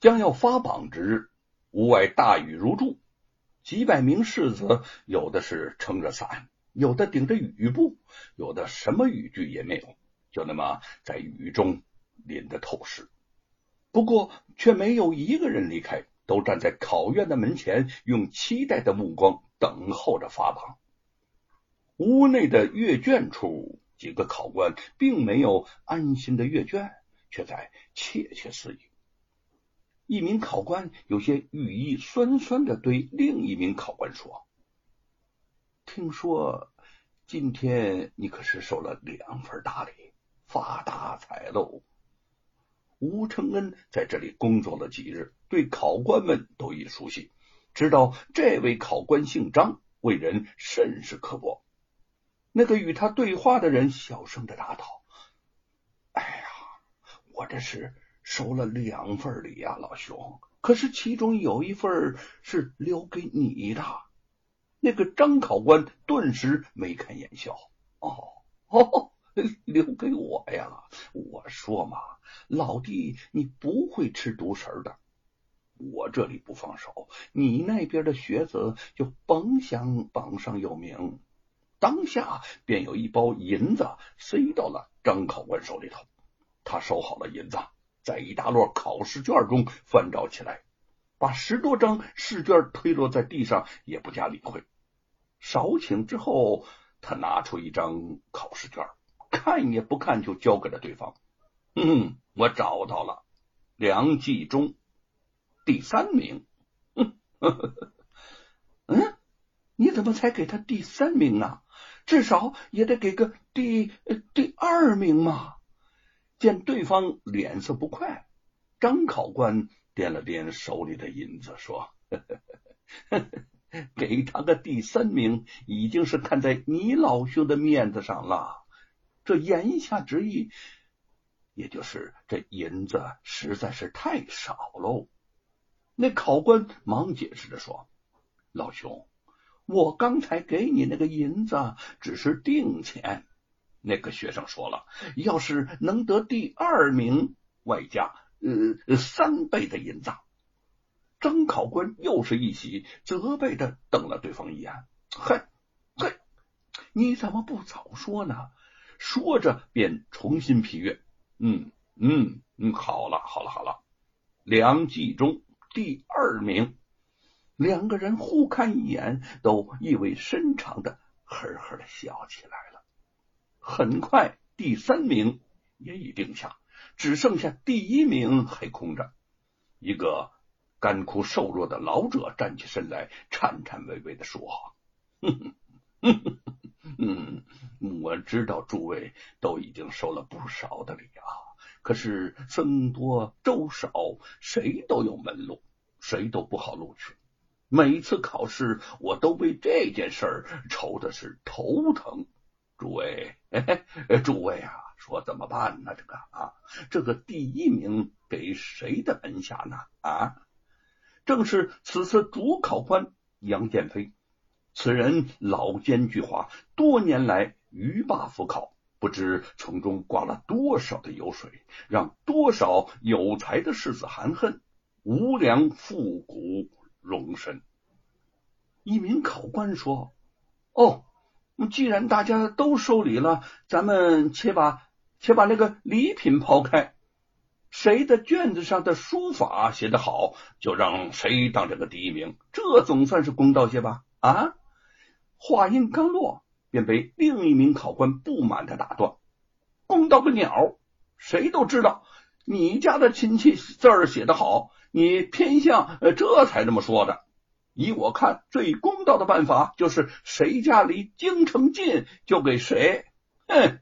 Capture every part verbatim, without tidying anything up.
将要发榜之日，屋外大雨如注，几百名士子有的是撑着伞，有的顶着雨布，有的什么雨具也没有，就那么在雨中淋得透湿。不过却没有一个人离开，都站在考院的门前，用期待的目光等候着发榜。屋内的阅卷处，几个考官并没有安心的阅卷，却在窃窃私语。一名考官有些语意酸酸的对另一名考官说：“听说今天你可是收了两份大礼，发大财喽。”吴承恩在这里工作了几日，对考官们都已熟悉，知道这位考官姓张，为人甚是刻薄。那个与他对话的人小声的答道：“哎呀，我这是收了两份礼呀，老兄，可是其中有一份是留给你的。”那个张考官顿时眉开眼笑：“哦哦，留给我呀？我说嘛，老弟，你不会吃独食的。我这里不放手，你那边的学子就甭想榜上有名。”当下便有一包银子塞到了张考官手里头，他收好了银子，在一大摞考试卷中翻找起来，把十多张试卷推落在地上，也不加理会。少顷之后，他拿出一张考试卷，看也不看就交给了对方。嗯，我找到了，梁继忠，第三名。嗯，呵呵嗯，你怎么才给他第三名啊？至少也得给个第第二名嘛。见对方脸色不快，张考官掂了掂手里的银子，说：“呵呵呵呵，给他个第三名，已经是看在你老兄的面子上了。这言下之意，也就是这银子实在是太少喽。”那考官忙解释着说：“老兄，我刚才给你那个银子只是定钱。”那个学生说了：“要是能得第二名，外加呃三倍的银子。”张考官又是一喜，责备的瞪了对方一眼：“嘿，嘿，你怎么不早说呢？”说着便重新批阅：“嗯嗯嗯，好了好了好了，梁继忠第二名。”两个人互看一眼，都意味深长的呵呵的笑起来了。很快第三名也已定下，只剩下第一名还空着。一个干枯瘦弱的老者站起身来，颤颤巍巍的说：“哼哼嗯，我知道诸位都已经收了不少的礼啊，可是僧多粥少，谁都有门路，谁都不好录取。每次考试，我都为这件事儿愁的是头疼。诸位，哎，诸位啊，说怎么办呢？这个啊，这个第一名给谁的门下呢？啊，正是此次主考官杨建飞。此人老奸巨猾，多年来鱼罢辅考，不知从中刮了多少的油水，让多少有才的士子含恨，无良复古容身。一名考官说：“哦，既然大家都收礼了，咱们且把且把那个礼品抛开，谁的卷子上的书法写得好，就让谁当这个第一名，这总算是公道些吧？”啊！话音刚落，便被另一名考官不满的打断：“公道个鸟！谁都知道你家的亲戚字儿写得好，你偏向这才这么说的。以我看，最公道的办法就是谁家离京城近就给谁。”哼！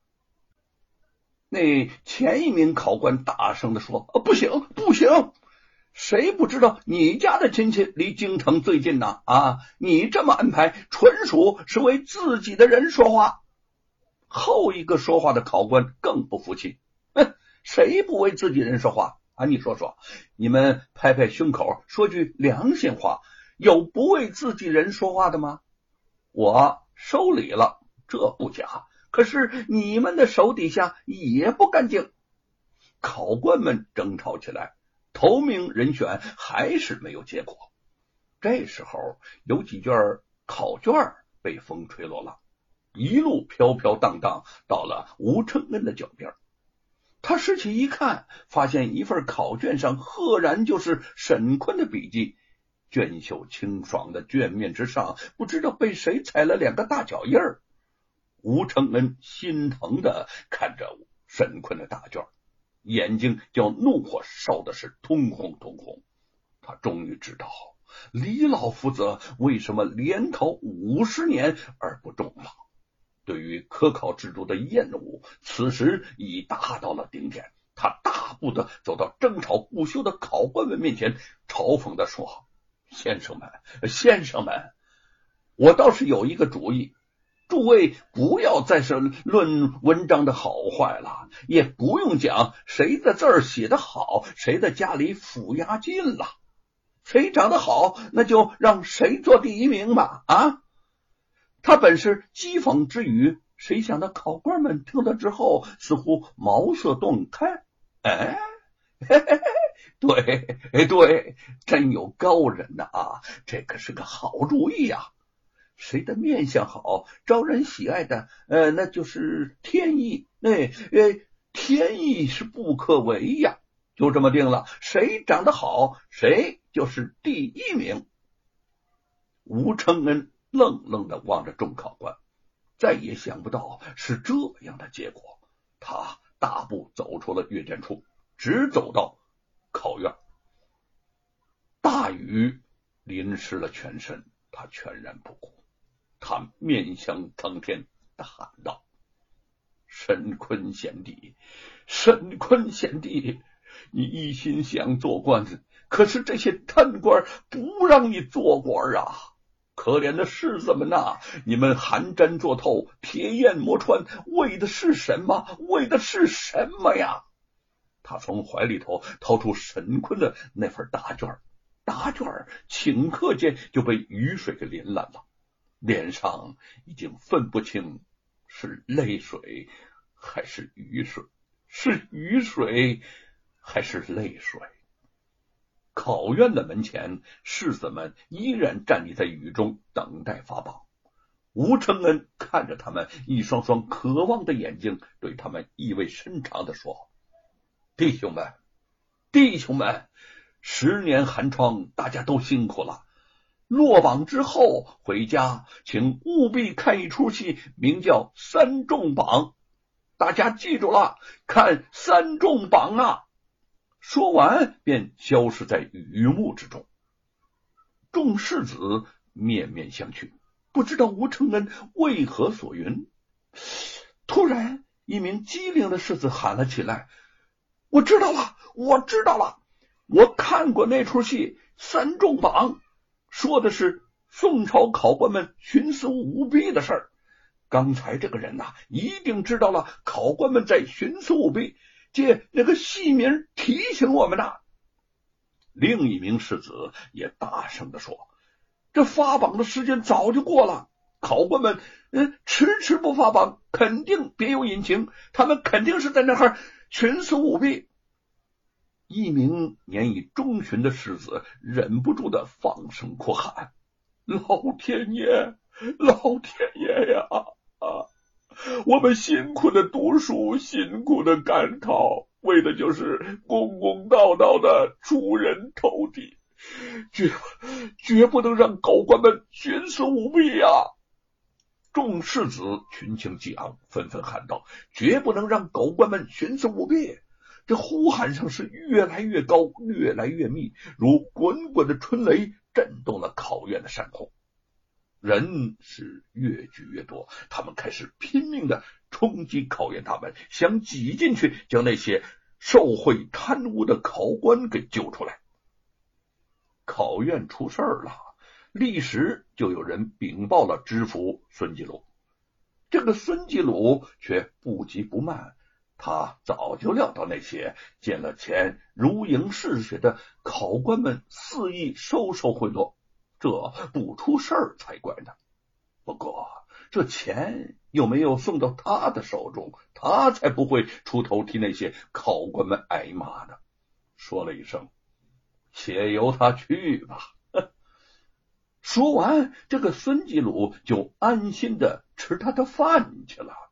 那前一名考官大声的说：“不行不行，谁不知道你家的亲戚离京城最近呢？啊，你这么安排，纯属是为自己的人说话。”后一个说话的考官更不服气：“哼，谁不为自己人说话啊？你说说，你们拍拍胸口，说句良心话，有不为自己人说话的吗？我收礼了，这不假，可是你们的手底下也不干净。”考官们争吵起来， 头名人选还是没有结果。这时候有几卷考卷被风吹落了，一路飘飘荡荡到了吴承恩的脚边。他拾起一看，发现一份考卷上赫然就是沈坤的笔迹，卷袖清爽的卷面之上不知道被谁踩了两个大脚印儿。吴承恩心疼的看着沈坤的大卷，眼睛叫怒火烧的是通红通红。他终于知道李老夫子为什么连考五十年而不中了。对于科考制度的厌恶此时已达到了顶点，他大步的走到争吵不休的考官们面前，嘲讽的说：先生们先生们，我倒是有一个主意，诸位不要再是论文章的好坏了，也不用讲谁的字儿写得好，谁的家里抚押金了，谁长得好那就让谁做第一名吧啊！他本是讥讽之语，谁想到考官们听了之后似乎茅塞顿开。哎，嘿嘿嘿，对对，真有高人呐啊！这可是个好主意呀、啊！谁的面相好，招人喜爱的，呃，那就是天意。哎，呃，天意是不可违呀，就这么定了，谁长得好，谁就是第一名。吴承恩愣愣的望着众考官，再也想不到是这样的结果。他大步走出了阅卷处，直走到考院。大雨淋湿了全身，他全然不顾。他面向苍天大喊道：沈坤贤弟，沈坤贤弟，你一心想做官，可是这些贪官不让你做官啊！可怜的士子们呐，你们寒毡做透，铁砚磨穿，为的是什么？为的是什么呀？他从怀里头掏出沈坤的那份答卷，答卷顷刻间就被雨水给淋烂了，脸上已经分不清是泪水还是雨水，是雨水还是泪水。考院的门前，士子们依然站立在雨中等待发榜。吴承恩看着他们一双双渴望的眼睛，对他们意味深长地说：弟兄们，弟兄们，十年寒窗大家都辛苦了，落榜之后回家请务必看一出戏，名叫三中榜，大家记住了，看三中榜啊！说完便消失在雨幕之中。众士子面面相觑，不知道吴承恩为何所云。突然一名机灵的士子喊了起来：我知道了，我知道了，我看过那出戏三中榜，说的是宋朝考官们徇私舞弊的事儿。刚才这个人呐、啊，一定知道了考官们在徇私舞弊，借那个戏名提醒我们呐。另一名士子也大声地说：这发榜的时间早就过了，考官们嗯迟迟不发榜，肯定别有隐情，他们肯定是在那儿徇私舞弊。一名年已中旬的士子忍不住的放声哭喊：老天爷，老天爷呀！啊，我们辛苦的读书，辛苦的赶考，为的就是公公道道的出人头地，绝绝不能让考官们徇私舞弊呀！众士子群情激昂，纷纷喊道：绝不能让考官们徇私舞弊！这呼喊声是越来越高，越来越密，如滚滚的春雷，震动了考院的山空。人是越聚越多，他们开始拼命的冲击考验大门，想挤进去将那些受贿贪污的考官给救出来。考院出事儿了，立时就有人禀报了知府孙继鲁。这个孙继鲁却不急不慢，他早就料到那些见了钱如影似血的考官们肆意收受贿赂，这不出事儿才怪呢。不过这钱又没有送到他的手中，他才不会出头替那些考官们挨骂呢。说了一声且由他去吧。说完，这个孙继鲁就安心的吃他的饭去了。